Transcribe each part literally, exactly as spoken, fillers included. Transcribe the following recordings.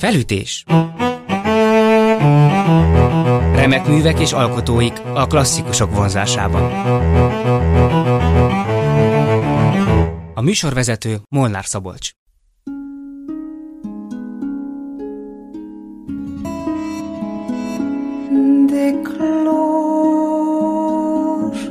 Felütés. Remek művek és alkotóik a klasszikusok vonzásában. A műsorvezető Molnár Szabolcs. Des cloches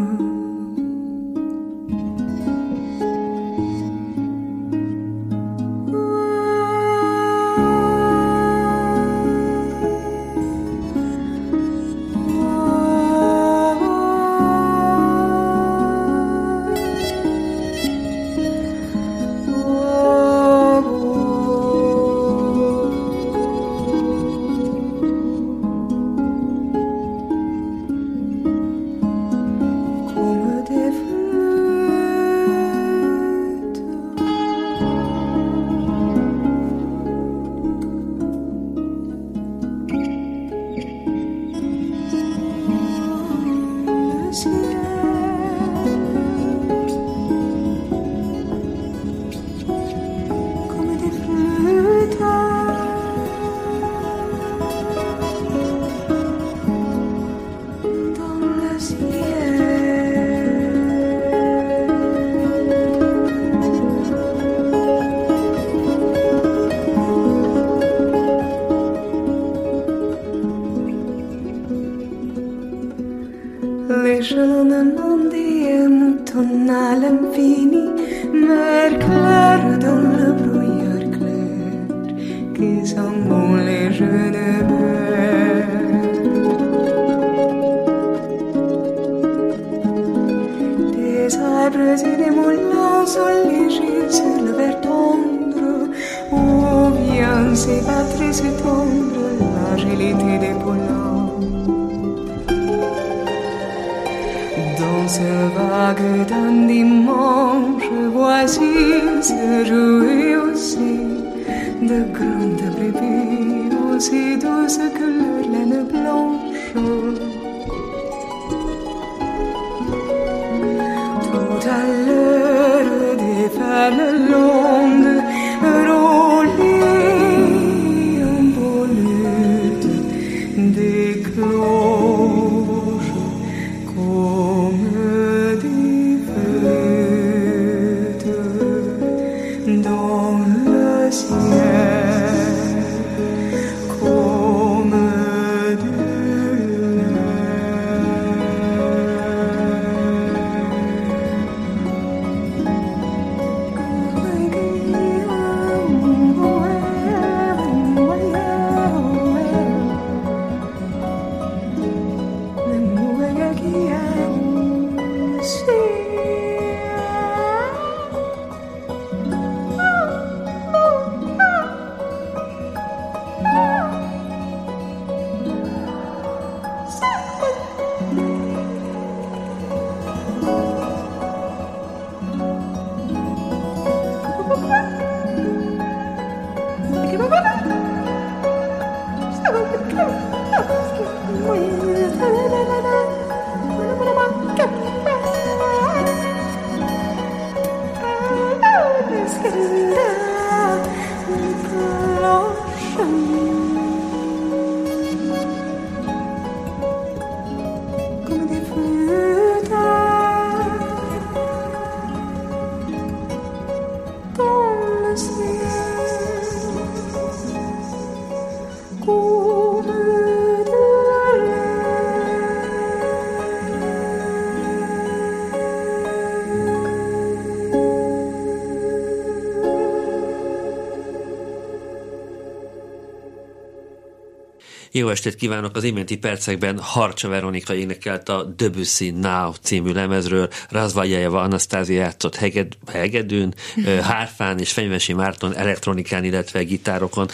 Jó estét kívánok! Az iménti percekben Harcsa Veronika énekelt a Debussy Now című lemezről, Razvaljajeva Anasztázia játszott heged, hegedűn, hárfán és Fenyvesi Márton elektronikán, illetve gitárokon.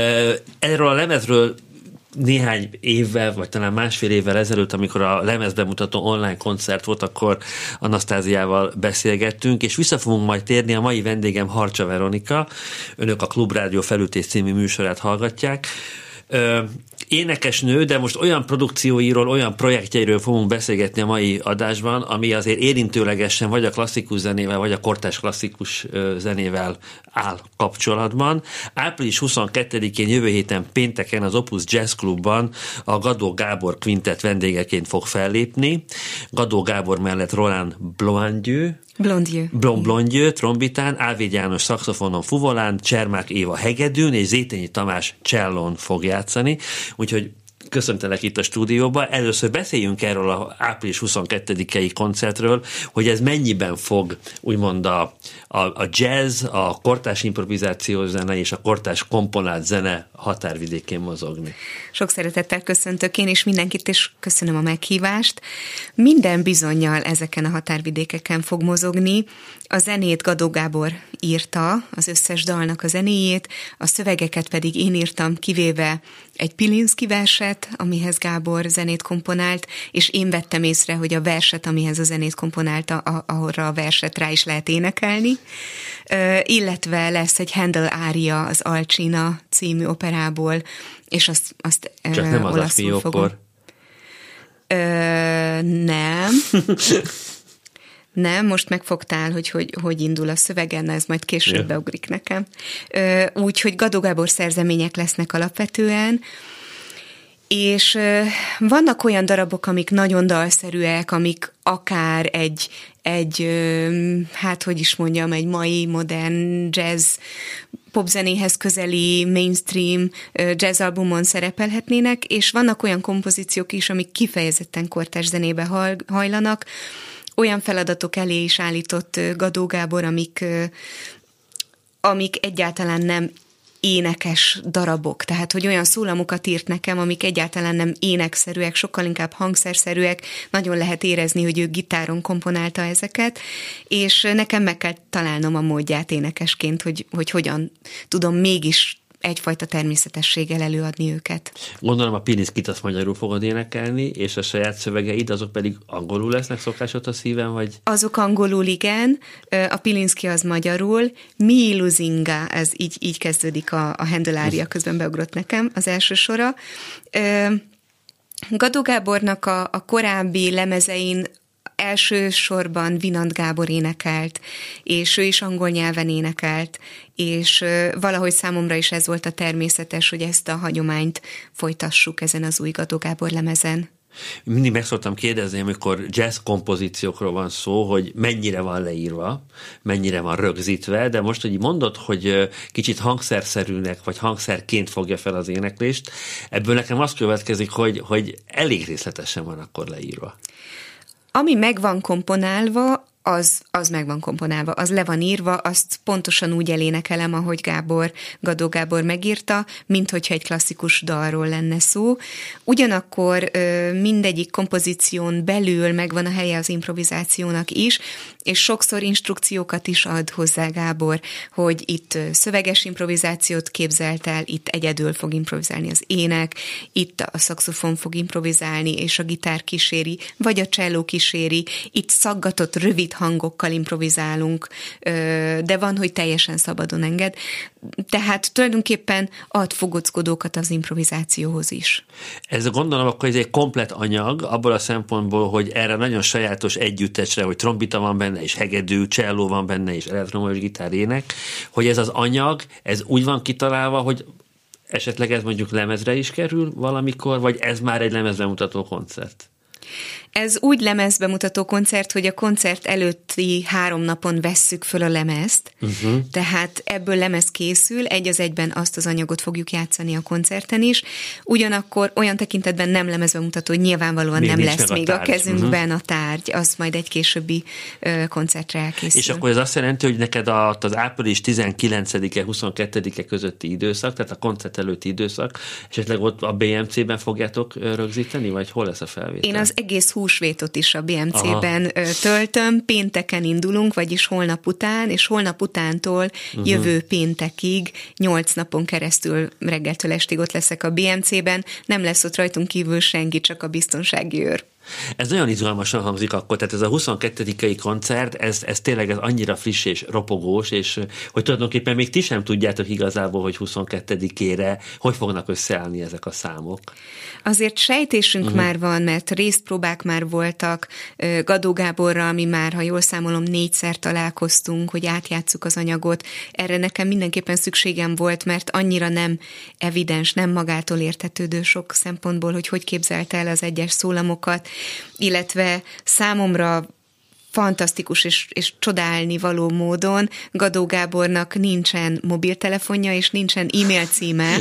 Erről a lemezről néhány évvel, vagy talán másfél évvel ezelőtt, amikor a lemezbemutató online koncert volt, akkor Anasztáziával beszélgettünk, és vissza fogunk majd térni. A mai vendégem Harcsa Veronika, önök a Klubrádió Felütés című műsorát hallgatják. énekesnő, de most olyan produkcióiról, olyan projektjeiről fogunk beszélgetni a mai adásban, ami azért érintőlegesen vagy a klasszikus zenével, vagy a kortárs klasszikus zenével áll kapcsolatban. április huszonkettedikén jövő héten pénteken az Opus Jazz Clubban a Gadó Gábor Quintet vendégeként fog fellépni. Gadó Gábor mellett Roland Blondieu, Blondieu. Blond Blondieu, trombitán, Ávéd János szaxofonon, fuvolán, Csermák Éva hegedűn és Zétényi Tamás csellón fog játszani. Úgyhogy köszöntelek itt a stúdióban. Először beszéljünk erről az április huszonkettedikei koncertről, hogy ez mennyiben fog úgymond a, a, a jazz, a kortárs improvizációs zene és a kortárs komponált zene határvidékén mozogni. Sok szeretettel köszöntök én is mindenkit, és köszönöm a meghívást. Minden bizonnyal ezeken a határvidékeken fog mozogni. A zenét Gadó Gábor írta, az összes dalnak a zenéjét, a szövegeket pedig én írtam, kivéve egy Pilinszky verset, amihez Gábor zenét komponált, és én vettem észre, hogy a verset, amihez a zenét komponálta, ahorra a verset rá is lehet énekelni. Uh, illetve lesz egy Handel ária az Alcina című operából, és azt, azt Csak nem az a fiókor. Uh, nem. Nem, most megfogtál, hogy hogy, hogy indul a szövegen, ez majd később yeah. beugrik nekem. Úgyhogy Gadó Gábor szerzemények lesznek alapvetően, és vannak olyan darabok, amik nagyon dalszerűek, amik akár egy, egy hát hogy is mondjam, egy mai modern jazz popzenéhez közeli mainstream jazzalbumon szerepelhetnének, és vannak olyan kompozíciók is, amik kifejezetten kortárs zenébe hajlanak. Olyan feladatok elé is állított Gadó Gábor, amik, amik egyáltalán nem énekes darabok. Tehát, hogy olyan szólamokat írt nekem, amik egyáltalán nem énekszerűek, sokkal inkább hangszerszerűek, nagyon lehet érezni, hogy ő gitáron komponálta ezeket, és nekem meg kell találnom a módját énekesként, hogy, hogy hogyan tudom mégis egyfajta természetességgel előadni őket. Gondolom a Pilinszkyt azt magyarul fogod énekelni, és a saját szövegeid azok pedig angolul lesznek szokásod a szíven, vagy? Azok angolul, igen. A Pilinszky az magyarul. Mi Luzinga, ez így, így kezdődik a, a Handel ária, közben beugrott nekem az első sora. Gadó Gábornak a, a korábbi lemezein elsősorban Vinant Gábor énekelt, és ő is angol nyelven énekelt, és valahogy számomra is ez volt a természetes, hogy ezt a hagyományt folytassuk ezen az új Gadó Gábor lemezen. Mindig meg szoktam kérdezni, amikor jazz kompozíciókról van szó, hogy mennyire van leírva, mennyire van rögzítve, de most, hogy mondod, hogy kicsit hangszerszerűnek, vagy hangszerként fogja fel az éneklést, ebből nekem azt következik, hogy, hogy elég részletesen van akkor leírva. Ami meg van komponálva, az, az meg van komponálva, az le van írva, azt pontosan úgy elénekelem, ahogy Gábor, Gadó Gábor megírta, mint hogyha egy klasszikus dalról lenne szó. Ugyanakkor mindegyik kompozíción belül megvan a helye az improvizációnak is, és sokszor instrukciókat is ad hozzá Gábor, hogy itt szöveges improvizációt képzelt el, itt egyedül fog improvizálni az ének, itt a szaxofon fog improvizálni, és a gitár kíséri, vagy a cselló kíséri, itt szaggatott, rövid hangokkal improvizálunk, de van, hogy teljesen szabadon enged. Tehát tulajdonképpen ad fogockodókat az improvizációhoz is. Ez gondolom akkor ez egy komplett anyag, abból a szempontból, hogy erre nagyon sajátos együttesre, hogy trombita van benne, és hegedű, cselló van benne, és elektromos gitár ének, hogy ez az anyag, ez úgy van kitalálva, hogy esetleg ez mondjuk lemezre is kerül valamikor, vagy ez már egy lemezre mutató koncert? Ez úgy lemezbemutató koncert, hogy a koncert előtti három napon vesszük föl a lemezt, uh-huh. tehát ebből lemez készül, egy az egyben azt az anyagot fogjuk játszani a koncerten is, ugyanakkor olyan tekintetben nem lemezbemutató, hogy nyilvánvalóan még nem lesz még a, a kezünkben uh-huh. a tárgy, az majd egy későbbi uh, koncertre elkészül. És akkor ez azt jelenti, hogy neked a, az április tizenkilencedike huszonkettedike közötti időszak, tehát a koncert előtti időszak, esetleg ott a bé em cé-ben fogjátok rögzíteni, vagy hol lesz a felvétel? Én az egész húsvétot is a bé em cé-ben Aha. töltöm, pénteken indulunk, vagyis holnap után, és holnap utántól uh-huh. jövő péntekig, nyolc napon keresztül reggeltől estig ott leszek a bé em cé-ben, nem lesz ott rajtunk kívül senki, csak a biztonsági őr. Ez nagyon izgalmasan hangzik akkor, tehát ez a huszonkettedikei koncert, ez, ez tényleg ez annyira friss és ropogós, és hogy tulajdonképpen még ti sem tudjátok igazából, hogy huszonkettedikére hogy fognak összeállni ezek a számok. Azért sejtésünk uh-huh. már van, mert részpróbák már voltak Gadó Gáborral, mi már, ha jól számolom, négyszer találkoztunk, hogy átjátsszuk az anyagot. Erre nekem mindenképpen szükségem volt, mert annyira nem evidens, nem magától értetődő sok szempontból, hogy hogy képzelte el az egyes szólamokat, illetve számomra fantasztikus és, és csodálni való módon Gadó Gábornak nincsen mobiltelefonja és nincsen e-mail címe,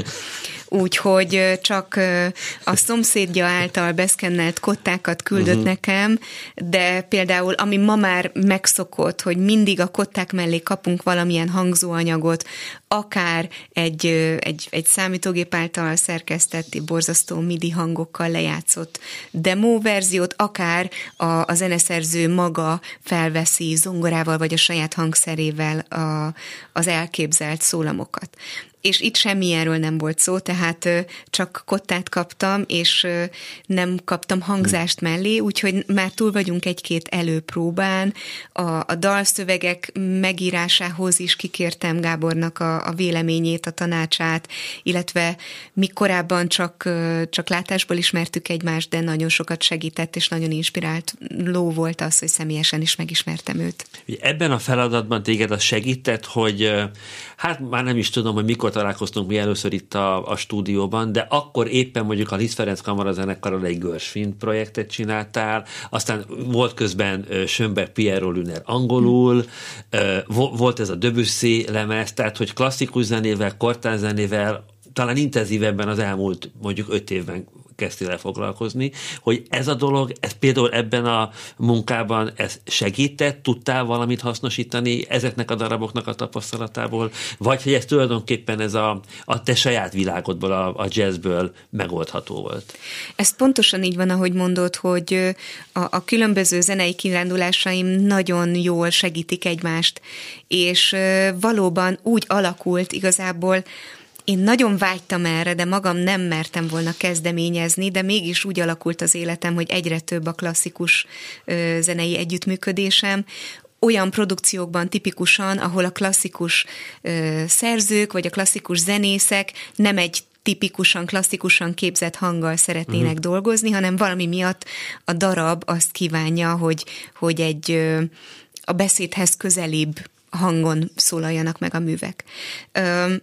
úgyhogy csak a szomszédja által beszkennelt kottákat küldött uh-huh. nekem, de például ami ma már megszokott, hogy mindig a kották mellé kapunk valamilyen hangzóanyagot, akár egy, egy, egy számítógép által szerkesztett, borzasztó midi hangokkal lejátszott demo verziót, akár a, a zeneszerző maga felveszi zongorával vagy a saját hangszerével a, az elképzelt szólamokat. És itt semmilyenről nem volt szó, tehát csak kottát kaptam, és nem kaptam hangzást mellé, úgyhogy már túl vagyunk egy-két előpróbán. A, a dalszövegek megírásához is kikértem Gábornak a, a véleményét, a tanácsát, illetve mi korábban csak, csak látásból ismertük egymást, de nagyon sokat segített, és nagyon inspirált ló volt az, hogy személyesen is megismertem őt. Ebben a feladatban téged az segített, hogy hát már nem is tudom, hogy mikor találkoztunk mi először itt a, a stúdióban, de akkor éppen mondjuk a Liszt Ferenc Kamarazenekarral egy Gershwin projektet csináltál, aztán volt közben Schönberg Pierrot Lüner angolul, hmm. volt ez a Debussy lemez, tehát hogy klasszikus zenével, kortárs zenével, talán intenzívebben az elmúlt mondjuk öt évben kezdtél el foglalkozni, hogy ez a dolog, ez például ebben a munkában ez segített, tudtál valamit hasznosítani ezeknek a daraboknak a tapasztalatából, vagy hogy ez tulajdonképpen ez a, a te saját világodból, a, a jazzből megoldható volt? Ez pontosan így van, ahogy mondod, hogy a, a különböző zenei kirándulásaim nagyon jól segítik egymást, és valóban úgy alakult igazából. Én nagyon vágytam erre, de magam nem mertem volna kezdeményezni, de mégis úgy alakult az életem, hogy egyre több a klasszikus ö, zenei együttműködésem, olyan produkciókban tipikusan, ahol a klasszikus ö, szerzők vagy a klasszikus zenészek nem egy tipikusan, klasszikusan képzett hanggal szeretnének uh-huh. dolgozni, hanem valami miatt a darab azt kívánja, hogy, hogy egy ö, a beszédhez közelibb hangon szólaljanak meg a művek. Ö,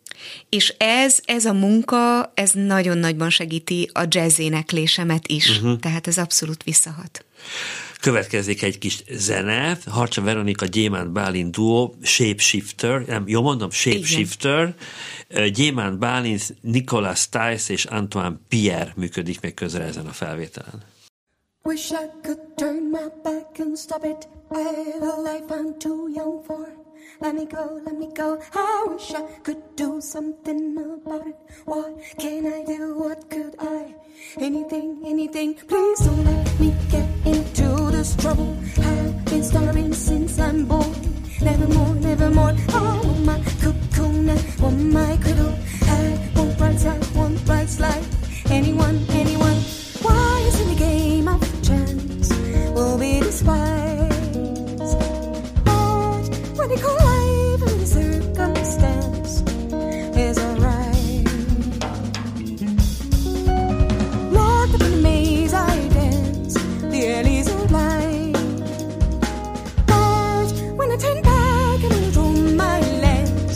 És ez, ez a munka, ez nagyon nagyban segíti a jazz éneklésemet is, uh-huh. tehát ez abszolút visszahat. Következik egy kis zene, Harcsa Veronika, Gyémánt Bálint duó, Shapeshifter, nem, jó mondom, Shapeshifter, Gyémánt Bálint, Nicolas Stiles és Antoine Pierre működik még közre ezen a felvételen. Wish I could turn my back and stop it. I have a life I'm too young for. Let me go, let me go. I wish I could do something about it. What can I do? What could I? Anything, anything. Please don't let me get into this trouble. I've been starving since I'm born. Nevermore, nevermore. I want my cocoon, I want my cradle. I want bright side, want bright slide. Anyone, anyone. Why is in the game of chance will be despised? But when they call life and the circumstance is alright. Locked up in the maze I dance, the alleys are blind. But when I turn back and I draw my lens,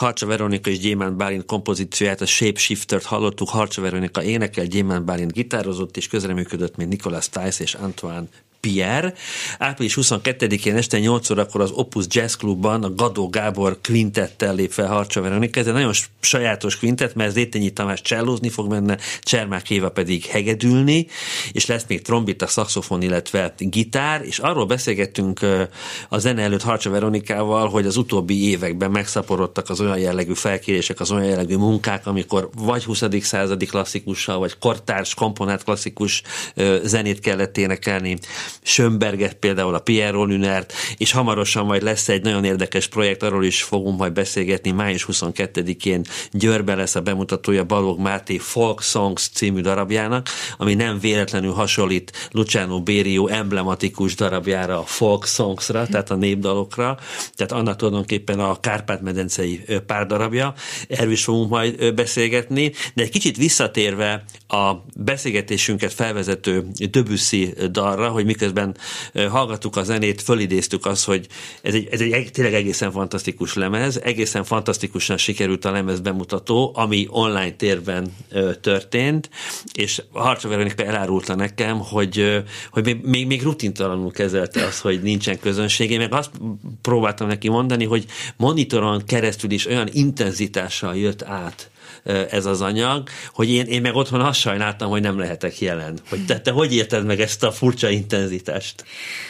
Harcsa Veronika és Gyémánt Bálint kompozícióját, a Shapeshiftert hallottuk, Harcsa Veronika énekel, Gyémánt Bálint gitározott, és közreműködött még Nicolas Tice és Antoine Pierre. április huszonkettedikén este nyolc órakor az Opus Jazz Clubban a Gadó Gábor kvintettel lép fel Harcsa Veronika. Ez egy nagyon sajátos kvintet, mert Zétényi Tamás csellózni fog benne, Csermák Éva pedig hegedülni, és lesz még trombita, szaxofon, illetve gitár, és arról beszélgettünk a zene előtt Harcsa Veronikával, hogy az utóbbi években megszaporodtak az olyan jellegű felkérések, az olyan jellegű munkák, amikor vagy huszadik századi klasszikussal, vagy kortárs, komponált klasszikus zenét kellett énekelni, Schönberget például, a Pierre Rollinert, és hamarosan majd lesz egy nagyon érdekes projekt, arról is fogunk majd beszélgetni, május huszonkettedikén Győrben lesz a bemutatója Balogh Máté Folk Songs című darabjának, ami nem véletlenül hasonlít Luciano Berio emblematikus darabjára, a Folk Songsra, tehát a népdalokra, tehát annak tulajdonképpen a Kárpát-medencei párdarabja, erről is fogunk majd beszélgetni, de egy kicsit visszatérve a beszélgetésünket felvezető Debussy dalra, hogy miközben hallgattuk a zenét, fölidéztük azt, hogy ez egy, ez egy tényleg egészen fantasztikus lemez, egészen fantasztikusan sikerült a lemez bemutató, ami online térben történt, és Harcsa Veronika elárulta nekem, hogy, hogy még, még, még rutintalanul kezelte azt, hogy nincsen közönségé, meg azt próbáltam neki mondani, hogy monitoron keresztül is olyan intenzitással jött át ez az anyag, hogy én, én meg otthon azt sajnáltam, hogy nem lehetek jelen. Hogy te, te hogy érted meg ezt a furcsa intenzitást?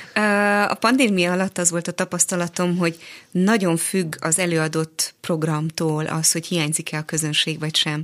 A pandémia alatt az volt a tapasztalatom, hogy nagyon függ az előadott programtól az, hogy hiányzik-e a közönség, vagy sem.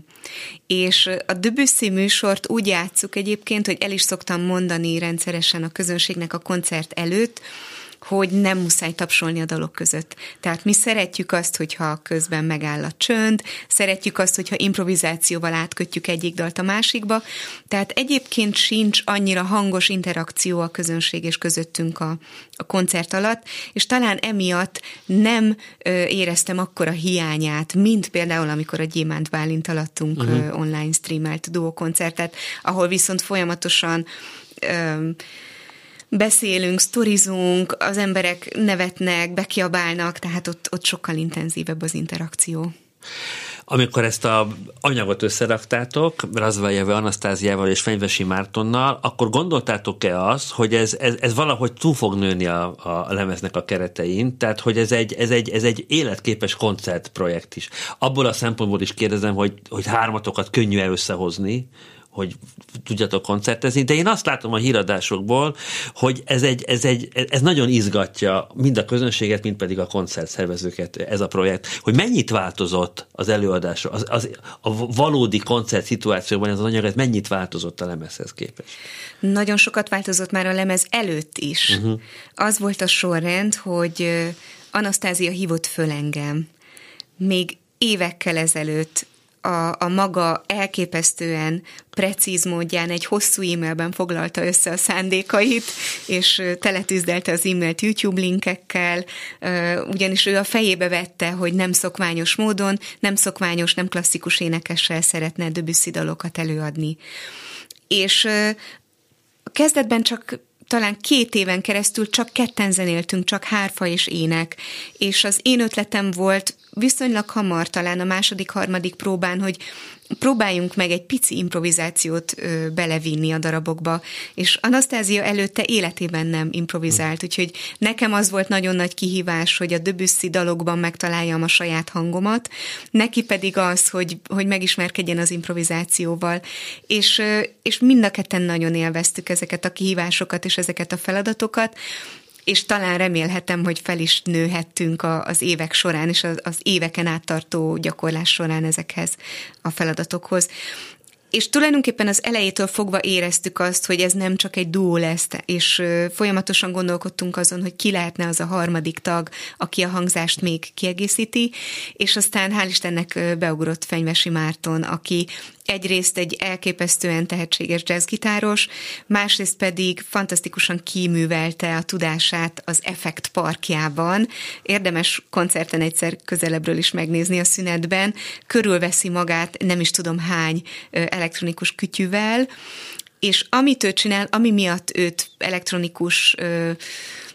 És a Debussy műsort úgy játsszuk egyébként, hogy el is szoktam mondani rendszeresen a közönségnek a koncert előtt, hogy nem muszáj tapsolni a dalok között. Tehát mi szeretjük azt, hogyha közben megáll a csönd, szeretjük azt, hogyha improvizációval átkötjük egyik dalt a másikba, tehát egyébként sincs annyira hangos interakció a közönség és közöttünk a, a koncert alatt, és talán emiatt nem ö, éreztem akkora hiányát, mint például, amikor a Gyémánt Bálinttal adtunk uh-huh. ö, online streamelt duókoncertet, ahol viszont folyamatosan ö, beszélünk, sztorizunk, az emberek nevetnek, bekiabálnak, tehát ott, ott sokkal intenzívebb az interakció. Amikor ezt a anyagot összeraktátok, Razvaljeva Anasztáziával és Fenyvesi Mártonnal, akkor gondoltátok-e azt, hogy ez, ez, ez valahogy túl fog nőni a, a lemeznek a keretein, tehát hogy ez egy, ez egy, ez egy életképes koncertprojekt is. Abból a szempontból is kérdezem, hogy, hogy hármatokat könnyű-e összehozni, hogy tudjatok koncertezni, de én azt látom a híradásokból, hogy ez, egy, ez, egy, ez nagyon izgatja mind a közönséget, mind pedig a koncertszervezőket ez a projekt, hogy mennyit változott az előadás, az, az, a valódi koncert szituációban ez az anyag, ez mennyit változott a lemezhez képest? Nagyon sokat változott már a lemez előtt is. Uh-huh. Az volt a sorrend, hogy Anasztázia hívott föl engem. Még évekkel ezelőtt A, a maga elképesztően precíz módján egy hosszú e-mailben foglalta össze a szándékait, és teletűzdelte az e-mailt YouTube linkekkel, ugyanis ő a fejébe vette, hogy nem szokványos módon, nem szokványos, nem klasszikus énekessel szeretne Debussy dalokat előadni. És kezdetben csak talán két éven keresztül csak ketten zenéltünk, csak hárfa és ének, és az én ötletem volt viszonylag hamar, talán a második, harmadik próbán, hogy próbáljunk meg egy pici improvizációt ö, belevinni a darabokba, és Anasztázia előtte életében nem improvizált, úgyhogy nekem az volt nagyon nagy kihívás, hogy a Debussy dalokban megtaláljam a saját hangomat, neki pedig az, hogy, hogy megismerkedjen az improvizációval, és, ö, és mind a ketten nagyon élveztük ezeket a kihívásokat és ezeket a feladatokat, és talán remélhetem, hogy fel is nőhettünk az évek során, és az, az éveken át tartó gyakorlás során ezekhez a feladatokhoz. És tulajdonképpen az elejétől fogva éreztük azt, hogy ez nem csak egy duó lesz, és folyamatosan gondolkodtunk azon, hogy ki lehetne az a harmadik tag, aki a hangzást még kiegészíti, és aztán hál' Istennek beugrott Fenyvesi Márton, aki egyrészt egy elképesztően tehetséges jazzgitáros, másrészt pedig fantasztikusan kiművelte a tudását az Effekt Parkjában. Érdemes koncerten egyszer közelebbről is megnézni a szünetben. Körülveszi magát nem is tudom hány elektronikus kütyüvel, és amit ő csinál, ami miatt őt elektronikus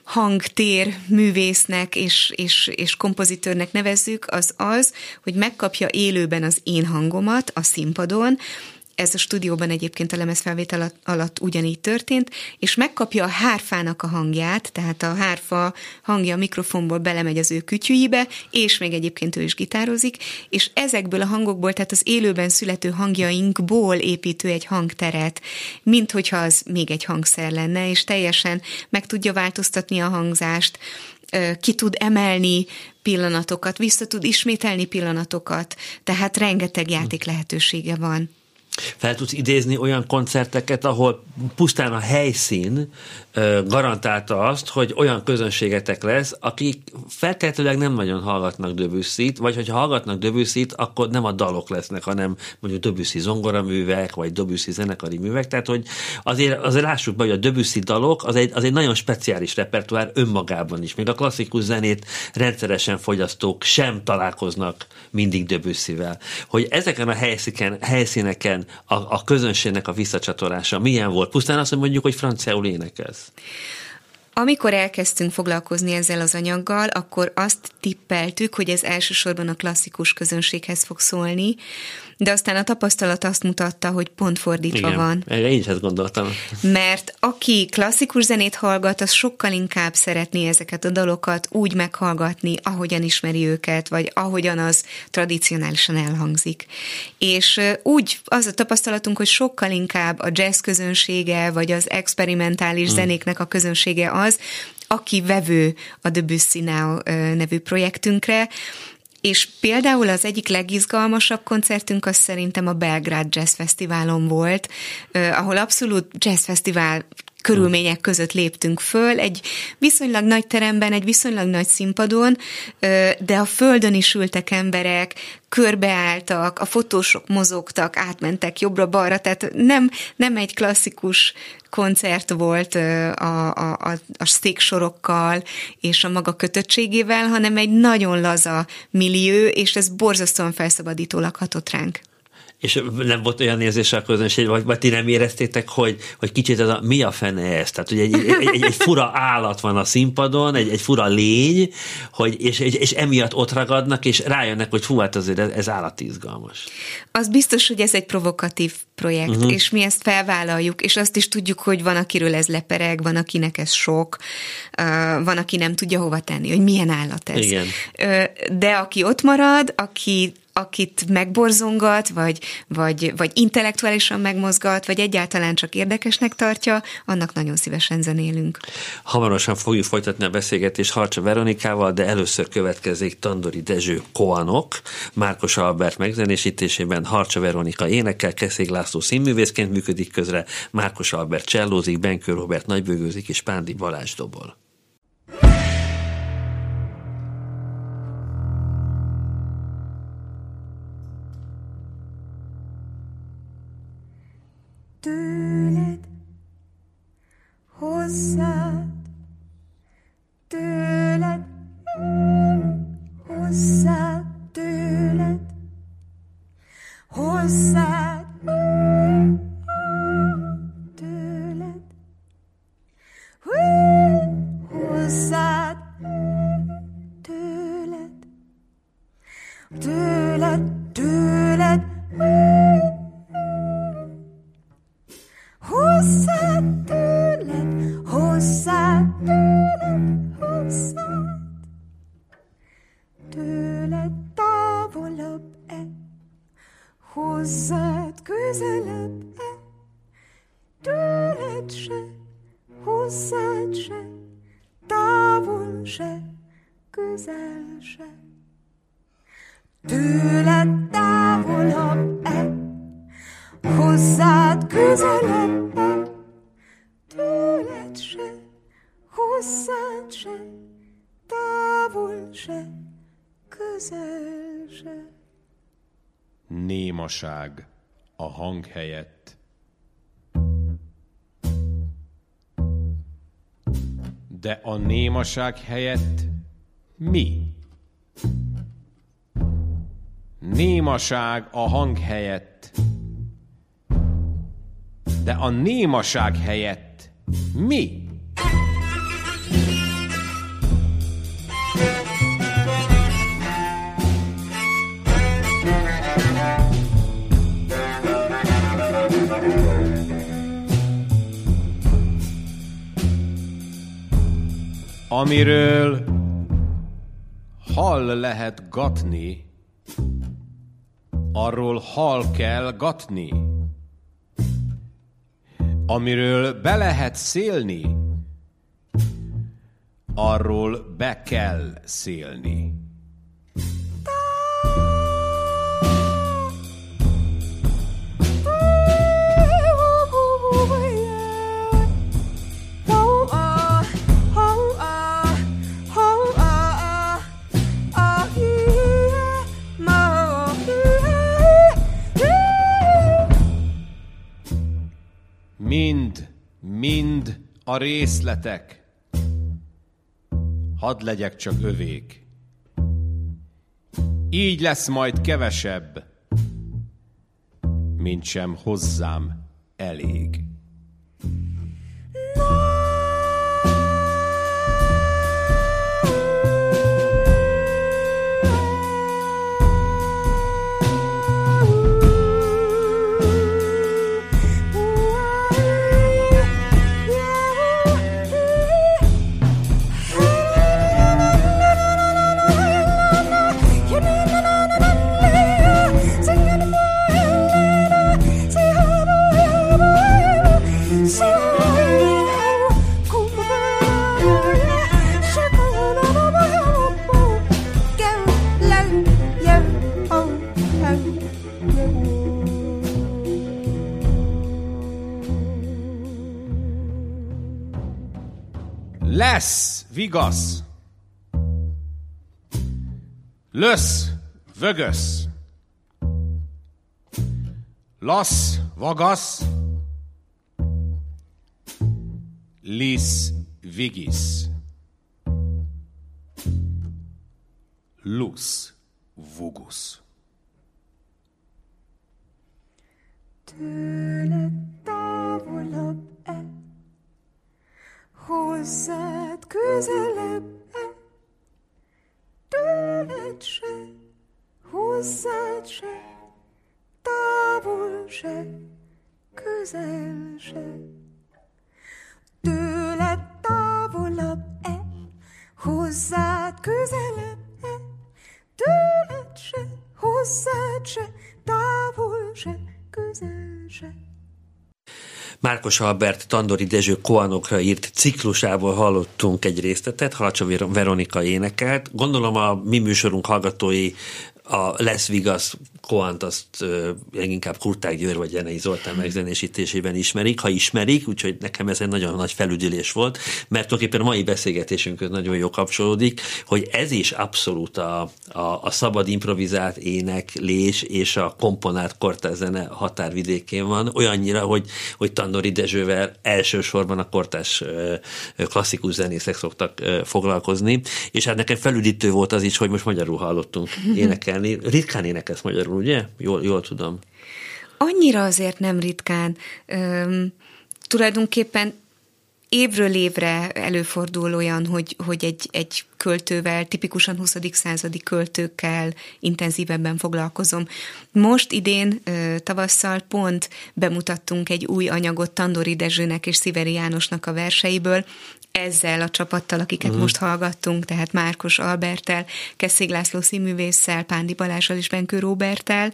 hangtér művésznek és, és, és kompozitőrnek nevezzük, az az, hogy megkapja élőben az én hangomat a színpadon. Ez a stúdióban egyébként a lemezfelvétel alatt, alatt ugyanígy történt, és megkapja a hárfának a hangját, tehát a hárfa hangja a mikrofonból belemegy az ő kütyűibe, és még egyébként ő is gitározik, és ezekből a hangokból, tehát az élőben születő hangjainkból építő egy hangteret, mint hogyha az még egy hangszer lenne, és teljesen meg tudja változtatni a hangzást, ki tud emelni pillanatokat, vissza tud ismételni pillanatokat, tehát rengeteg játék lehetősége van. Fel tudsz idézni olyan koncerteket, ahol pusztán a helyszín garantálta azt, hogy olyan közönségetek lesz, akik feltehetőleg nem nagyon hallgatnak Debussyt, vagy hogyha hallgatnak Debussyt, akkor nem a dalok lesznek, hanem mondjuk Debussy zongoraművek, vagy Debussy zenekari művek, tehát hogy azért, azért lássuk be, hogy a Debussy dalok az egy, az egy nagyon speciális repertoár önmagában is. Még a klasszikus zenét rendszeresen fogyasztók sem találkoznak mindig Debussyvel. Hogy ezeken a helyszínen, helyszíneken a, a közönségnek a visszacsatolása milyen volt? Pusztán azt, hogy mondjuk, hogy franciául énekelsz. Amikor elkezdtünk foglalkozni ezzel az anyaggal, akkor azt tippeltük, hogy ez elsősorban a klasszikus közönséghez fog szólni, de aztán a tapasztalat azt mutatta, hogy pont fordítva Igen, van. Én is ezt gondoltam. Mert aki klasszikus zenét hallgat, az sokkal inkább szeretné ezeket a dalokat úgy meghallgatni, ahogyan ismeri őket, vagy ahogyan az tradicionálisan elhangzik. És úgy az a tapasztalatunk, hogy sokkal inkább a jazz közönsége, vagy az experimentális hmm. zenéknek a közönsége az, aki vevő a Debussy Now nevű projektünkre, és például az egyik legizgalmasabb koncertünk az szerintem a Belgrád Jazz Fesztiválon volt, eh, ahol abszolút jazzfesztivál körülmények között léptünk föl, egy viszonylag nagy teremben, egy viszonylag nagy színpadon, de a földön is ültek emberek, körbeálltak, a fotósok mozogtak, átmentek jobbra-balra, tehát nem, nem egy klasszikus koncert volt a, a, a, a széksorokkal és a maga kötöttségével, hanem egy nagyon laza millió, és ez borzasztóan felszabadítólag hatott ránk. És nem volt olyan érzése a közönség, vagy, vagy ti nem éreztétek, hogy, hogy kicsit ez a, mi a fene ez? Tehát, hogy egy, egy, egy, egy fura állat van a színpadon, egy, egy fura lény, hogy, és, és, és emiatt ott ragadnak, és rájönnek, hogy fú, hát azért ez, ez állati izgalmas. Az biztos, hogy ez egy provokatív projekt, uh-huh. és mi ezt felvállaljuk, és azt is tudjuk, hogy van, akiről ez lepereg, van, akinek ez sok, van, aki nem tudja hova tenni, hogy milyen állat ez. Igen. De aki ott marad, aki akit megborzongat, vagy, vagy, vagy intellektuálisan megmozgat, vagy egyáltalán csak érdekesnek tartja, annak nagyon szívesen zenélünk. Hamarosan fogjuk folytatni a beszélgetést Harcsa Veronikával, de először következik Tandori Dezső Koanok, Márkos Albert megzenésítésében. Harcsa Veronika énekel, Keszég László színművészként működik közre, Márkos Albert csellózik, Benkő Robert nagybőgőzik, és Pándi Balázs dobol. Tőled, hozzád, tőled, hozzád, tőled, hozzád, tőled, hozzád, tőled, tőled, tőled, hozzád tőled, hozzád tőled, hozzád tőled távolabb-e, hozzád közelebb-e, tőled se, hozzád se, távol se, közel se, tőled távolabb-e, hozzád közelebb, tőled se, hozzád se, távol se, közel se. Némaság a hang helyett. De a némaság helyett mi? Némaság a hang helyett. De a némaság helyett mi? amiről hal lehet gatni, arról hal kell gatni. Amiről be lehet szélni, arról be kell szélni. Mind, mind a részletek, hadd legyek csak övék. Így lesz majd kevesebb, mint sem hozzám elég. Lesz vigasz, lösz vögösz, lasz vagasz, lisz vigisz, lusz vugusz. Tőled távolabb-e, hozzád közelebb-e, tőled se, hozzád se, távol se, közel se. Tőled távolabb-e, hozzád közelebb-e, tőled se, hozzád se, távol se, közel se. Márkos Albert Tandori Dezső koanokra írt ciklusából hallottunk egy részletet, Harcsa Veronika énekelt. Gondolom a mi műsorunk hallgatói a Lesz vigasz koant azt ö, leginkább Kurták Győr vagy Jenei Zoltán megzenésítésében ismerik, ha ismerik, úgyhogy nekem ez egy nagyon nagy felüdülés volt, mert tulajdonképpen a mai beszélgetésünkhöz nagyon jó kapcsolódik, hogy ez is abszolút a, a, a szabad improvizált éneklés és a komponált kortárs zene határvidékén van, olyannyira, hogy, hogy Tandori Dezsővel elsősorban a kortárs klasszikus zenészek szoktak foglalkozni, és hát nekem felüdítő volt az is, hogy most magyarul hallottunk énekelni. Ritkán énekelsz magyarul, ugye? Jól, jól tudom. Annyira azért nem ritkán. Üm, tulajdonképpen évről évre előfordul olyan, hogy, hogy egy, egy költővel, tipikusan huszadik századi költőkkel intenzívebben foglalkozom. Most idén tavasszal pont bemutattunk egy új anyagot Tandori Dezsőnek és Sziveri Jánosnak a verseiből, ezzel a csapattal, akiket uh-huh. most hallgattunk, tehát Márkos Alberttel, Kesszég László színművésszel, Pándi Balázsral és Benkő Róberttel.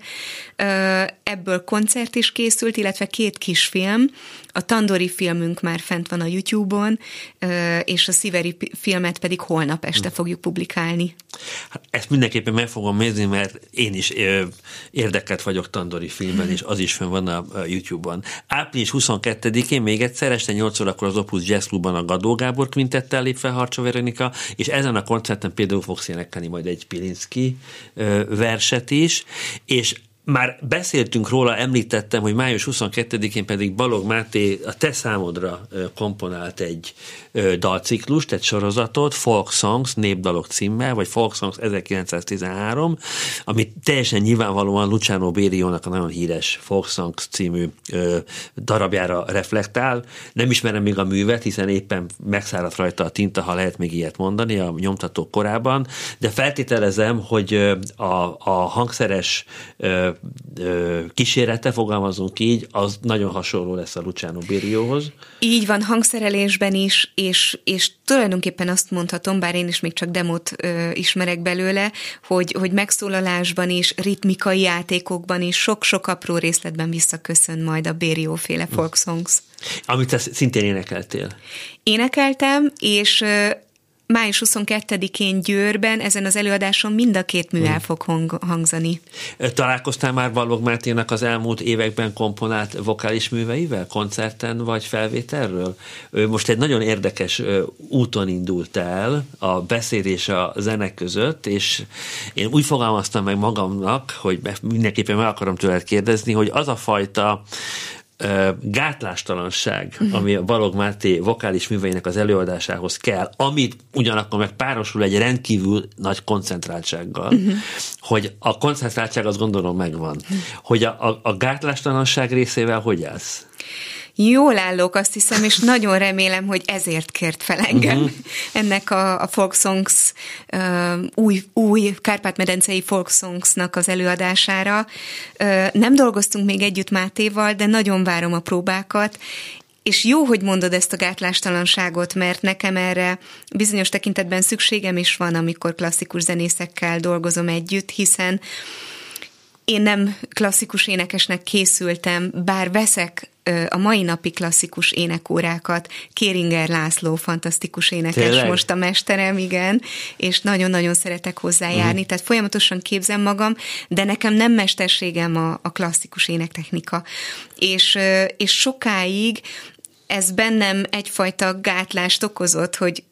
Ebből koncert is készült, illetve két kisfilm. A Tandori filmünk már fent van a YouTube-on, és a Sziveri filmet pedig holnap este uh-huh. fogjuk publikálni. Hát ezt mindenképpen meg fogom nézni, mert én is érdekelt vagyok Tandori filmben, és az is fenn van a YouTube-on. április huszonkettedikén még egyszer, este nyolc órakor az Opus Jazz Clubban a Gadó Gábor kvintettel lép fel Harcsa Veronika, és ezen a koncerten például fogsz énekelni majd egy Pilinszky verset is, és már beszéltünk róla, említettem, hogy május huszonkettedikén pedig Balogh Máté a te számodra komponált egy dalciklust, egy sorozatot, Folk Songs, népdalok címmel, vagy Folk Songs ezerkilencszáztizenhárom, ami teljesen nyilvánvalóan Luciano Beriónak a nagyon híres Folk Songs című darabjára reflektál. Nem ismerem még a művet, hiszen éppen megszáradt rajta a tinta, ha lehet még ilyet mondani, a nyomtató korában, de feltételezem, hogy a, a hangszeres ö, kísérete, fogalmazunk így, az nagyon hasonló lesz a Luciano Berióhoz. Így van, hangszerelésben is, és, és tulajdonképpen azt mondhatom, bár én is még csak demót ö, ismerek belőle, hogy, hogy megszólalásban is, ritmikai játékokban is sok-sok apró részletben visszaköszön majd a Berió-féle folk songs. Amit te szintén énekeltél. Énekeltem, és ö, május huszonkettedikén Győrben ezen az előadáson mind a két mű el fog hang, hangzani. Találkoztál már Balogh Máténak az elmúlt években komponált vokális műveivel, koncerten vagy felvételről? Ő most egy nagyon érdekes úton indult el a beszéd és a zene között, és én úgy fogalmaztam meg magamnak, hogy mindenképpen meg akarom tőled kérdezni, hogy az a fajta gátlástalanság, ami a Balogh Máté vokális műveinek az előadásához kell, amit ugyanakkor meg párosul egy rendkívül nagy koncentráltsággal, uh-huh. hogy a koncentráltság azt gondolom megvan, uh-huh. hogy a, a, a gátlástalanság részével hogy állsz? Jól állok, azt hiszem, és nagyon remélem, hogy ezért kért fel engem uh-huh. ennek a, a folk songs, uh, új, új Kárpát-medencei folk songsnak az előadására. Uh, nem dolgoztunk még együtt Mátéval, de nagyon várom a próbákat, és jó, hogy mondod ezt a gátlástalanságot, mert nekem erre bizonyos tekintetben szükségem is van, amikor klasszikus zenészekkel dolgozom együtt, hiszen én nem klasszikus énekesnek készültem, bár veszek a mai napi klasszikus énekórákat. Kéringer László fantasztikus énekes, tényleg? Most a mesterem, igen, és nagyon-nagyon szeretek hozzájárni, uh-huh. tehát folyamatosan képzem magam, de nekem nem mesterségem a, a klasszikus énektechnika. És, és sokáig ez bennem egyfajta gátlást okozott, hogy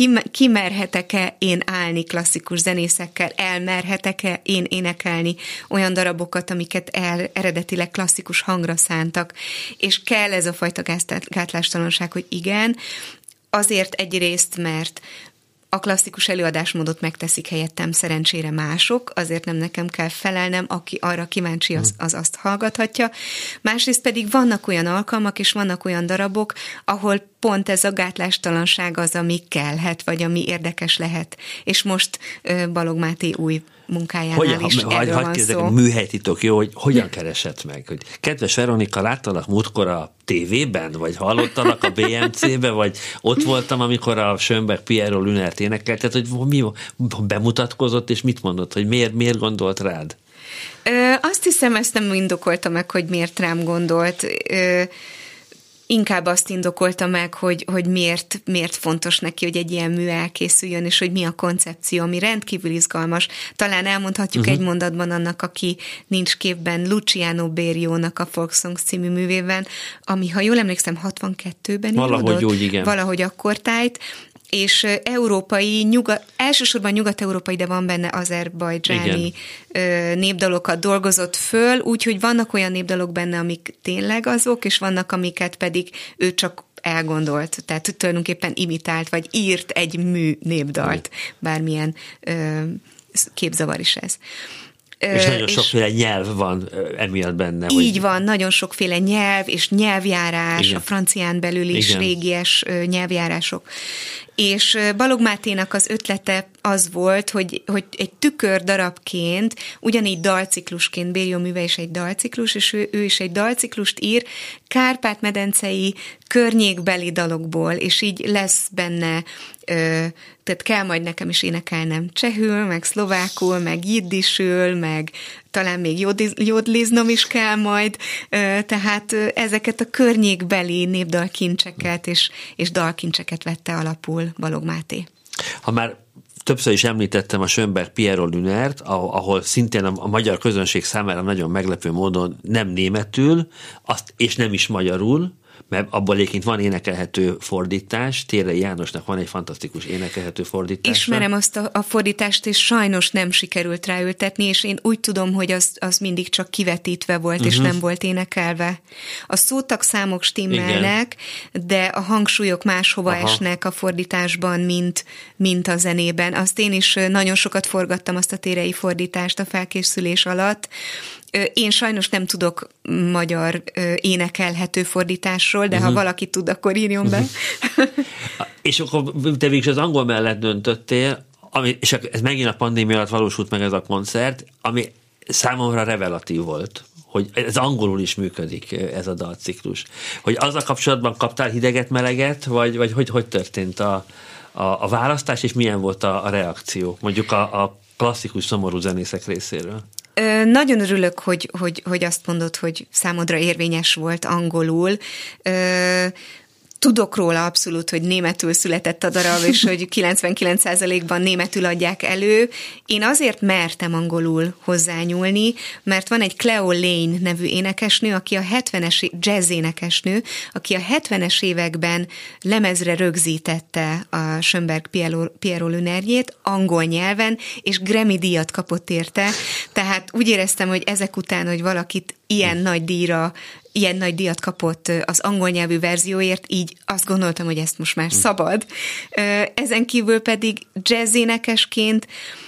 kimerhetek-e én állni klasszikus zenészekkel, elmerhetek-e én énekelni olyan darabokat, amiket el, eredetileg klasszikus hangra szántak, és kell ez a fajta gátlástalanság, hogy igen, azért egyrészt, mert a klasszikus előadásmódot megteszik helyettem szerencsére mások, azért nem nekem kell felelnem, aki arra kíváncsi, az, az azt hallgathatja. Másrészt pedig vannak olyan alkalmak, és vannak olyan darabok, ahol pont ez a gátlástalanság az, ami kellhet, vagy ami érdekes lehet. És most Balogh Máté új munkájánál hogyan, is ha, erről van szó. Műhelytitok, jó, hogy hogyan keresett meg? Hogy kedves Veronika, láttalak múltkor a tévében, vagy hallottalak a bé em cé-be, vagy ott voltam, amikor a Schönberg Piero Lünert énekelt, tehát hogy mi bemutatkozott, és mit mondott, hogy miért, miért gondolt rád? Ö, azt hiszem, ezt nem indokolta meg, hogy miért rám gondolt. Ö, Inkább azt indokolta meg, hogy, hogy miért, miért fontos neki, hogy egy ilyen mű elkészüljön, és hogy mi a koncepció, ami rendkívül izgalmas. Talán elmondhatjuk uh-huh. egy mondatban annak, aki nincs képben, Luciano Beriónak a Folk Songs című művében, ami, ha jól emlékszem, hatvankettőben íródott. Valahogy úgy, igen. Valahogy akkor tájt, és európai, nyugat, elsősorban nyugat-európai, de van benne azerbajdzsáni népdalokat dolgozott föl, úgyhogy vannak olyan népdalok benne, amik tényleg azok, és vannak, amiket pedig ő csak elgondolt, tehát tulajdonképpen imitált, vagy írt egy mű népdalt, bármilyen ö, képzavar is ez. És nagyon és sokféle nyelv van emiatt benne. Így hogy... van, nagyon sokféle nyelv és nyelvjárás, igen. A francián belül is igen. régies nyelvjárások. És Balogh Máténak az ötlete az volt, hogy, hogy egy tükör darabként, ugyanígy dalciklusként, Berió műve is egy dalciklus, és ő, ő is egy dalciklust ír Kárpát-medencei környékbeli dalokból, és így lesz benne, ö, tehát kell majd nekem is énekelnem csehül, meg szlovákul, meg jiddisül, meg talán még jódliznom is kell majd, ö, tehát ö, ezeket a környékbeli népdalkincseket és, és dalkincseket vette alapul Balogh Máté. Ha már többször is említettem a Schönberg Piero Lünert, ahol szintén a magyar közönség számára nagyon meglepő módon nem németül, azt, és nem is magyarul, mert abból egyébként van énekelhető fordítás, Térei Jánosnak van egy fantasztikus énekelhető fordítása. Ismerem azt a, a fordítást, és sajnos nem sikerült ráültetni, és én úgy tudom, hogy az, az mindig csak kivetítve volt, uh-huh. és nem volt énekelve. A szótag számok stimmelnek, igen. de a hangsúlyok máshova Aha. esnek a fordításban, mint, mint a zenében. Azt én is nagyon sokat forgattam, azt a térei fordítást a felkészülés alatt. Én sajnos nem tudok magyar énekelhető fordításról, de uh-huh. ha valaki tud, akkor írjon be. És akkor te végül az angol mellett döntöttél, ami, és ez megint a pandémia alatt valósult meg ez a koncert, ami számomra revelatív volt, hogy ez angolul is működik, ez a dalciklus. Hogy azzal kapcsolatban kaptál hideget, meleget, vagy, vagy hogy, hogy történt a, a, a választás, és milyen volt a, a reakció, mondjuk a, a klasszikus szomorú zenészek részéről? Ö, nagyon örülök, hogy, hogy, hogy azt mondod, hogy számodra érvényes volt angolul. Ö, Tudok róla abszolút, hogy németül született a darab, és hogy kilencvenkilenc százalékban németül adják elő. Én azért mertem angolul hozzányúlni, mert van egy Cleo Lane nevű énekesnő, aki a hetvenes jazz énekesnő, aki a hetvenes években lemezre rögzítette a Schönberg Pierrot Lunarjét angol nyelven, és Grammy díjat kapott érte. Tehát úgy éreztem, hogy ezek után, hogy valakit ilyen nagy díjra ilyen nagy díjat kapott az angol nyelvű verzióért, így azt gondoltam, hogy ezt most már szabad. Ezen kívül pedig jazz énekesként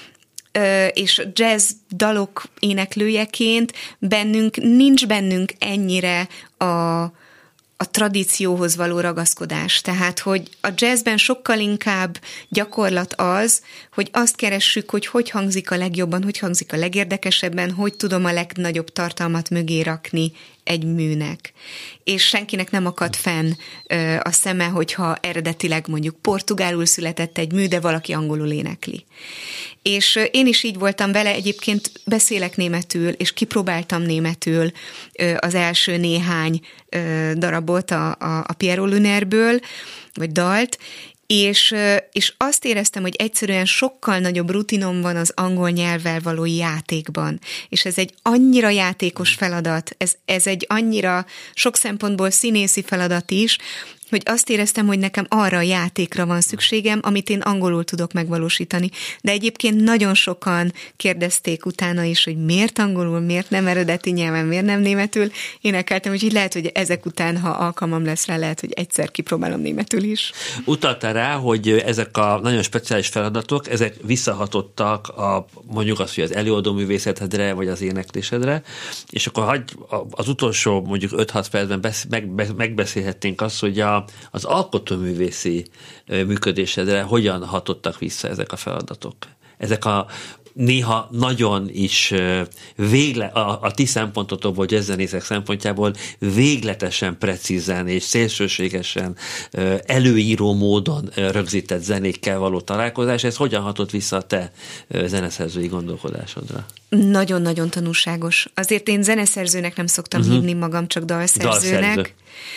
és jazz dalok éneklőjeként bennünk, nincs bennünk ennyire a a tradícióhoz való ragaszkodás. Tehát, hogy a jazzben sokkal inkább gyakorlat az, hogy azt keressük, hogy hogy hangzik a legjobban, hogy hangzik a legérdekesebben, hogy tudom a legnagyobb tartalmat mögé rakni egy műnek. És senkinek nem akad fenn ö, a szeme, hogyha eredetileg mondjuk portugálul született egy mű, de valaki angolul énekli. És ö, én is így voltam vele, egyébként beszélek németül, és kipróbáltam németül ö, az első néhány ö, darabot a, a, a Pierrot Lunaire-ből, vagy dalt, És, és azt éreztem, hogy egyszerűen sokkal nagyobb rutinom van az angol nyelvvel való játékban. És ez egy annyira játékos feladat, ez, ez egy annyira sok szempontból színészi feladat is, hogy azt éreztem, hogy nekem arra a játékra van szükségem, amit én angolul tudok megvalósítani. De egyébként nagyon sokan kérdezték utána is, hogy miért angolul, miért nem eredeti nyelven, miért nem németül. Énekeltem, úgyhogy lehet, hogy ezek után, ha alkalmam lesz rá, lehet, hogy egyszer kipróbálom németül is. Utaltál rá, hogy ezek a nagyon speciális feladatok, ezek visszahatottak a, mondjuk azt, hogy az előadó művészetedre, vagy az éneklésedre, és akkor hagy, az utolsó mondjuk öt-hat percben besz, meg, megbeszélhetnénk azt, hogy a az alkotóművészi működésedre hogyan hatottak vissza ezek a feladatok? Ezek a néha nagyon is végle, a, a ti szempontotokból, jazzzenészek szempontjából végletesen precízen és szélsőségesen előíró módon rögzített zenékkel való találkozás, ez hogyan hatott vissza a te zeneszerzői gondolkodásodra? Nagyon-nagyon tanulságos. Azért én zeneszerzőnek nem szoktam uh-huh. hívni magam, csak dalszerzőnek. Dalszerző.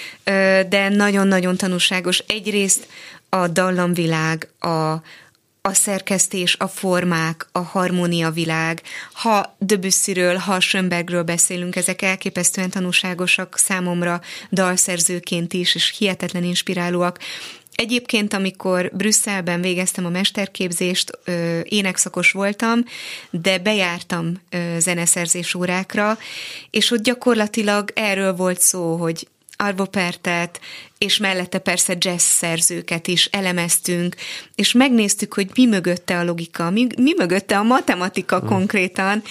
De nagyon-nagyon tanulságos. Egyrészt a dallamvilág, a, a szerkesztés, a formák, a harmóniavilág. Ha Debussyről, ha Schönbergről beszélünk, ezek elképesztően tanulságosak számomra dalszerzőként is, és hihetetlen inspirálóak. Egyébként, amikor Brüsszelben végeztem a mesterképzést, énekszakos voltam, de bejártam zeneszerzés órákra, és ott gyakorlatilag erről volt szó, hogy Arvo Pärtet, és mellette persze jazz szerzőket is elemeztünk, és megnéztük, hogy mi mögötte a logika, mi, mi mögötte a matematika mm. konkrétan,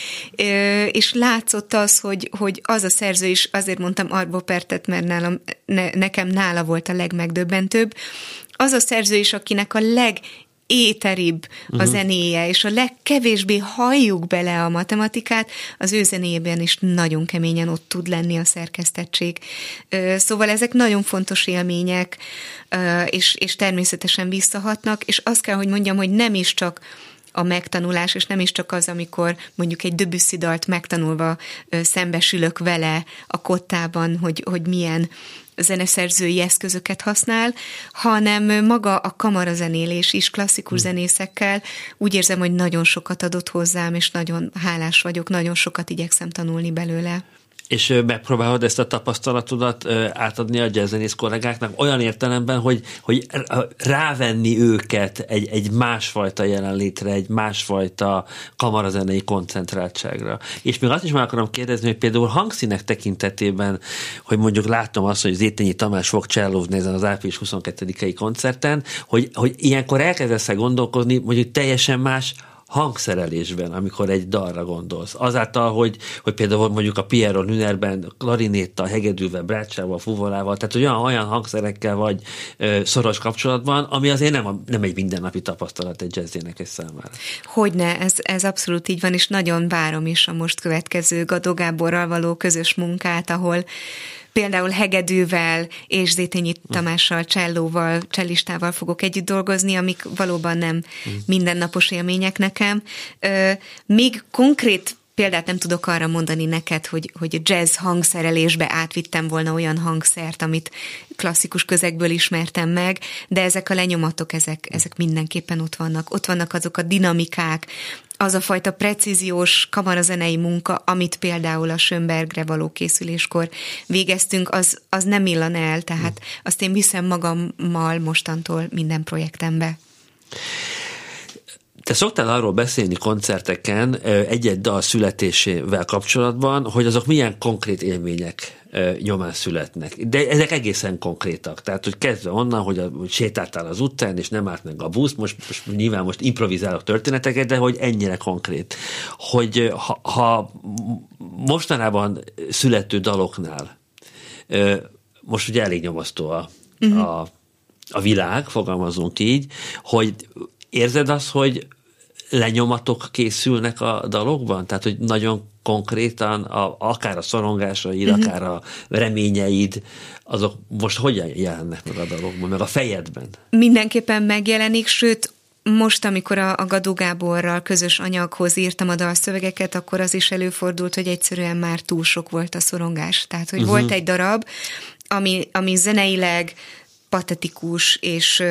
és látszott az, hogy, hogy az a szerző is, azért mondtam Arvo Pärtet, mert nálam, ne, nekem nála volt a legmegdöbbentőbb, az a szerző is, akinek a leg éteribb a zenéje, és a legkevésbé halljuk bele a matematikát, az ő zenéjében is nagyon keményen ott tud lenni a szerkesztettség. Szóval ezek nagyon fontos élmények, és, és természetesen visszahatnak, és azt kell, hogy mondjam, hogy nem is csak a megtanulás, és nem is csak az, amikor mondjuk egy Debussy dalt megtanulva szembesülök vele a kottában, hogy, hogy milyen zeneszerzői eszközöket használ, hanem maga a kamarazenélés is klasszikus hmm. zenészekkel. Úgy érzem, hogy nagyon sokat adott hozzám, és nagyon hálás vagyok, nagyon sokat igyekszem tanulni belőle. És megpróbálod ezt a tapasztalatodat átadni a jazzzenész kollégáknak olyan értelemben, hogy, hogy rávenni őket egy, egy másfajta jelenlétre, egy másfajta kamarazenei koncentráltságra. És még azt is meg akarom kérdezni, hogy például hangszínek tekintetében, hogy mondjuk látom azt, hogy Zétényi Tamás fog csellozni ezen az április huszonkettedikei koncerten, hogy, hogy ilyenkor elkezdesz el gondolkozni mondjuk teljesen más hangszerelésben, amikor egy dalra gondolsz. Azáltal, hogy, hogy például mondjuk a Piero Nünerben klarinéttal, hegedűvel, brácsával, fuvolával, tehát olyan, olyan hangszerekkel vagy ö, szoros kapcsolatban, ami azért nem, a, nem egy mindennapi tapasztalat egy jazzénekes számára. Hogyne, ez, ez abszolút így van, és nagyon várom is a most következő Gadó Gáborral való közös munkát, ahol például hegedűvel és Zétényi Tamással, csellóval, csellistával fogok együtt dolgozni, amik valóban nem mindennapos élmények nekem. Még konkrét példát nem tudok arra mondani neked, hogy, hogy a jazz hangszerelésbe átvittem volna olyan hangszert, amit klasszikus közegből ismertem meg, de ezek a lenyomatok, ezek, ezek mindenképpen ott vannak. Ott vannak azok a dinamikák, az a fajta precíziós kamarazenei munka, amit például a Schönbergre való készüléskor végeztünk, az, az nem illan el, tehát azt én viszem magammal mostantól minden projektembe. Te szoktál arról beszélni koncerteken egy-egy dal születésével kapcsolatban, hogy azok milyen konkrét élmények nyomán születnek. De ezek egészen konkrétak. Tehát, hogy kezdve onnan, hogy, a, hogy sétáltál az utcán, és nem állt meg a busz, most, most nyilván most improvizálok történeteket, de hogy ennyire konkrét. Hogy ha, ha mostanában születő daloknál, most ugye elég nyomasztó a, uh-huh. a, a világ, fogalmazunk így, hogy érzed azt, hogy lenyomatok készülnek a dalokban? Tehát, hogy nagyon konkrétan a, akár a szorongásaid, uh-huh. akár a reményeid, azok most hogyan jelennek meg a dalokban, meg a fejedben? Mindenképpen megjelenik, sőt, most, amikor a, a Gadó Gáborral közös anyaghoz írtam a dalszövegeket, akkor az is előfordult, hogy egyszerűen már túl sok volt a szorongás. Tehát, hogy uh-huh. volt egy darab, ami, ami zeneileg patetikus, és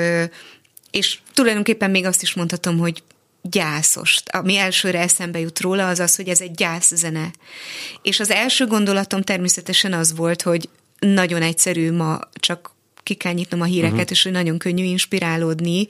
és tulajdonképpen még azt is mondhatom, hogy gyászos. Ami elsőre eszembe jut róla, az az, hogy ez egy gyászzene. És az első gondolatom természetesen az volt, hogy nagyon egyszerű ma csak ki kell nyitnom a híreket, uh-huh. és hogy nagyon könnyű inspirálódni,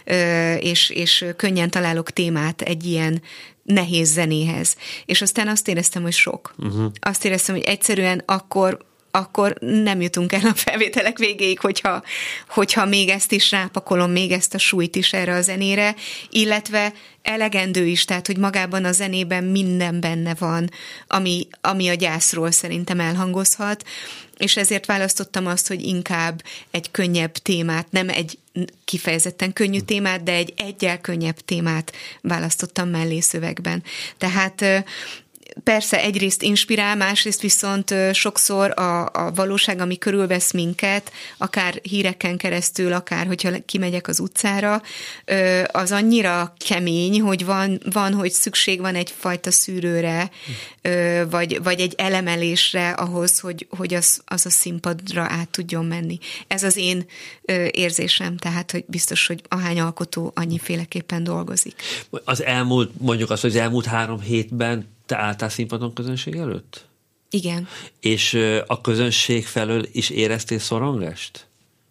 és, és könnyen találok témát egy ilyen nehéz zenéhez. És aztán azt éreztem, hogy sok. Uh-huh. Azt éreztem, hogy egyszerűen akkor akkor nem jutunk el a felvételek végéig, hogyha, hogyha még ezt is rápakolom, még ezt a súlyt is erre a zenére, illetve elegendő is, tehát, hogy magában a zenében minden benne van, ami, ami a gyászról szerintem elhangozhat, és ezért választottam azt, hogy inkább egy könnyebb témát, nem egy kifejezetten könnyű témát, de egy egyel könnyebb témát választottam mellé szövegben. Tehát persze egyrészt inspirál, másrészt viszont sokszor a, a valóság, ami körülvesz minket, akár híreken keresztül, akár hogyha kimegyek az utcára, az annyira kemény, hogy van, van hogy szükség van egyfajta szűrőre, vagy, vagy egy elemelésre ahhoz, hogy, hogy az, az a színpadra át tudjon menni. Ez az én érzésem, tehát hogy biztos, hogy ahány alkotó annyiféleképpen dolgozik. Az elmúlt, mondjuk azt, hogy az elmúlt három hétben te álltál színpadon közönség előtt? Igen. És a közönség felől is éreztél szorongást?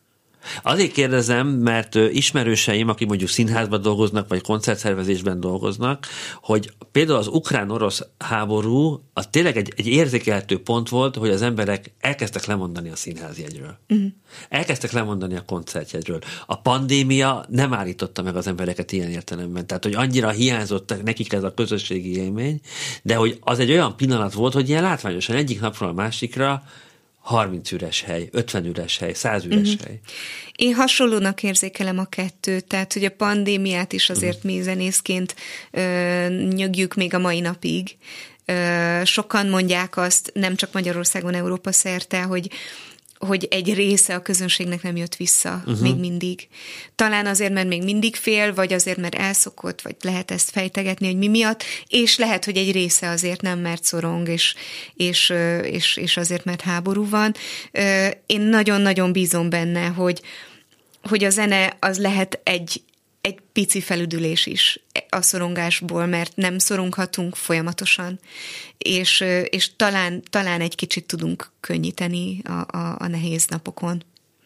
Azért kérdezem, mert ismerőseim, akik mondjuk színházban dolgoznak, vagy koncertszervezésben dolgoznak, hogy például az ukrán-orosz háború az tényleg egy, egy érzékelhető pont volt, hogy az emberek elkezdtek lemondani a színházjegyről. Uh-huh. Elkezdtek lemondani a koncertjegyről. A pandémia nem állította meg az embereket ilyen értelemben. Tehát, hogy annyira hiányzott nekik ez a közösségi élmény, de hogy az egy olyan pillanat volt, hogy ilyen látványosan egyik napról a másikra harminc üres hely, ötven üres hely, száz üres uh-huh. hely. Én hasonlónak érzékelem a kettőt, tehát hogy a pandémiát is azért uh-huh. mi zenészként ö, nyögjük még a mai napig. Ö, sokan mondják azt, nem csak Magyarországon, Európa szerte, hogy hogy egy része a közönségnek nem jött vissza uh-huh. még mindig. Talán azért, mert még mindig fél, vagy azért, mert elszokott, vagy lehet ezt fejtegetni, hogy mi miatt, és lehet, hogy egy része azért nem, mert szorong, és, és, és, és azért, mert háború van. Én nagyon-nagyon bízom benne, hogy, hogy a zene az lehet egy, egy pici felüdülés is a szorongásból, mert nem szoronghatunk folyamatosan, és, és talán, talán egy kicsit tudunk könnyíteni a, a, a nehéz napokon.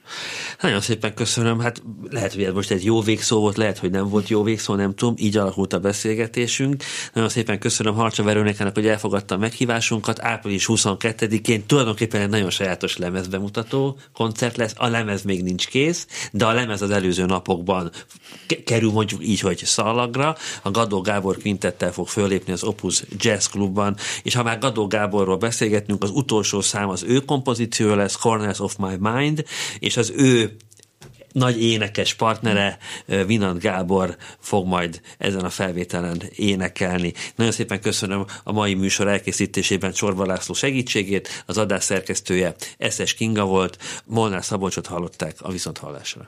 Nagyon szépen köszönöm. Hát lehet, hogy ez most egy jó végszó volt, lehet, hogy nem volt jó végszó, nem tudom. Így alakult a beszélgetésünk. Nagyon szépen köszönöm Harcsa Verónikának, hogy elfogadta a meghívásunkat. április huszonkettedikén tulajdonképpen egy nagyon sajátos lemezbemutató koncert lesz. A lemez még nincs kész, de a lemez az előző napokban kerül mondjuk így, hogy szalagra. A Gadó Gábor Quintettel fog fölépni az Opus Jazz Klubban, és ha már Gadó Gáborról beszélgetünk, az utolsó szám az ő kompozíciója lesz, Corners of My Mind, és az ő nagy énekes partnere, Vinant Gábor fog majd ezen a felvételen énekelni. Nagyon szépen köszönöm a mai műsor elkészítésében Csorba László segítségét, az adás szerkesztője Eszes Kinga volt, Molnár Szabolcsot hallották, a viszonthallásra.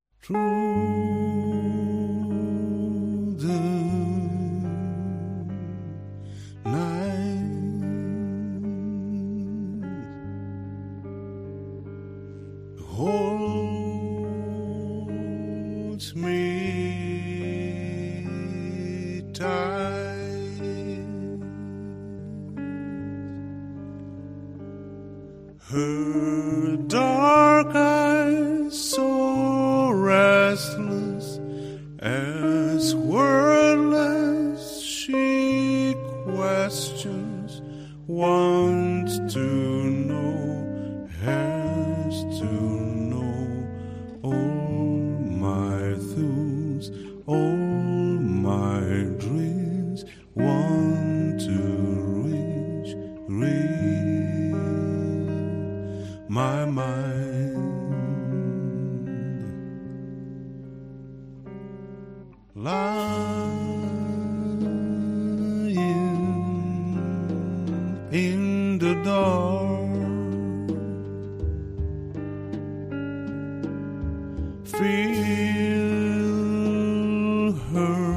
Holds me tight, her dark eyes so restless as wordless, she questions, wants to know, has to know all my thoughts, all my dreams, want to reach, reach my mind. Lying in the dark, feel her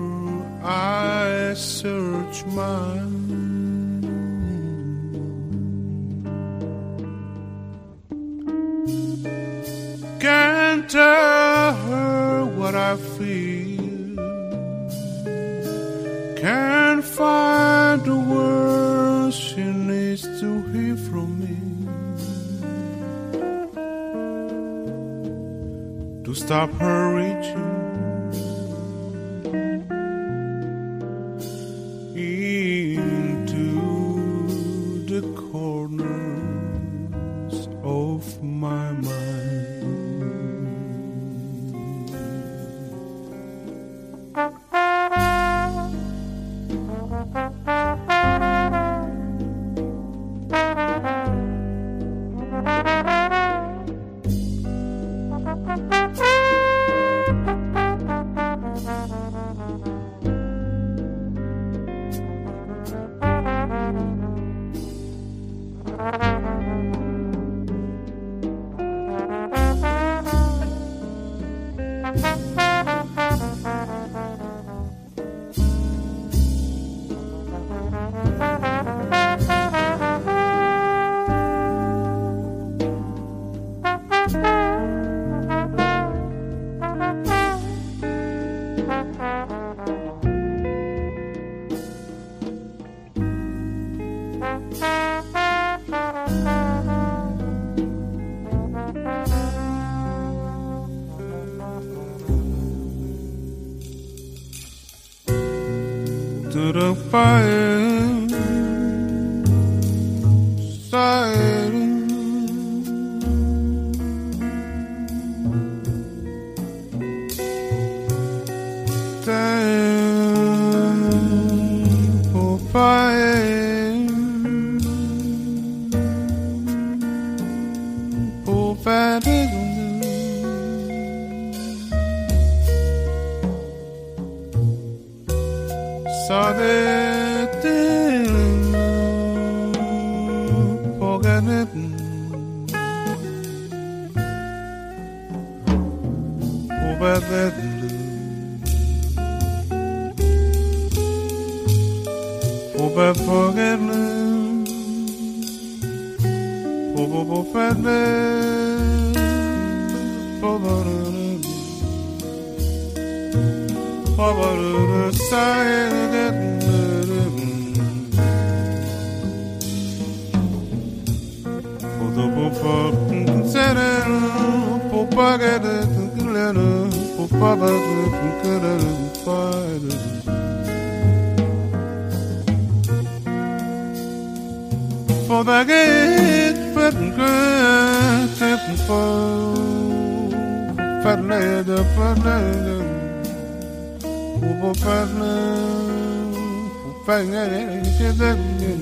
eyes search mine. Can't tell her what I feel, can't find the words she needs to hear from me, to stop her reaching into the corners of my mind. To the fire side, time for fire, for fire. Saw that thing, forget it, forget that, forget, forget it, forget it, forget it. For the side for For the gate, but good, tipping for fat lady, fat lady, for fat lady, for fat lady,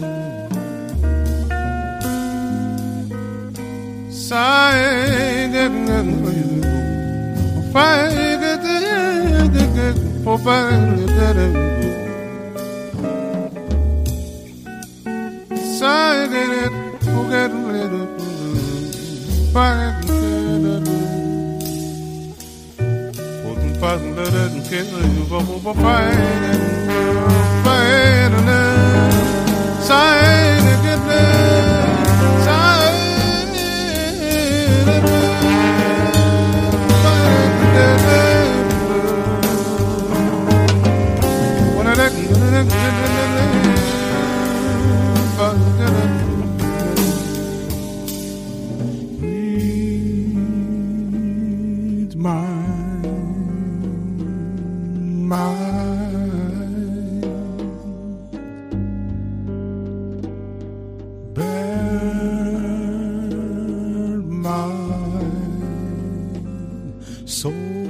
sigh, getting for fat lady, for fat lady. I get it, forget it, fight it, put them fight and let it and kill you, but fight it, fight it, sigh it, get it, sigh it, fight it, when I let it, read my mind, bear my soul.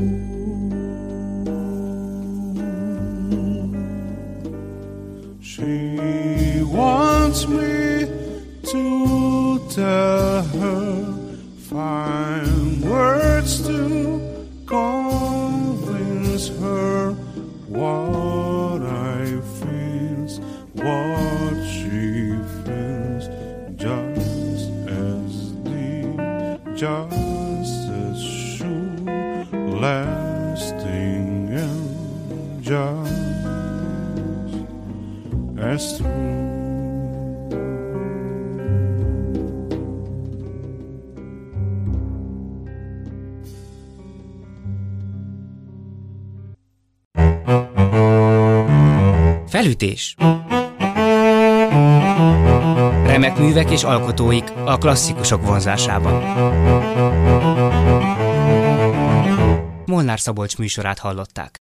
She wants me to tell her, find words to convince her what I feels, what she feels, just as deep, just as sure, lasting and just as true. Felütés. Remek művek és alkotóik a klasszikusok vonzásában. Molnár Szabolcs műsorát hallották.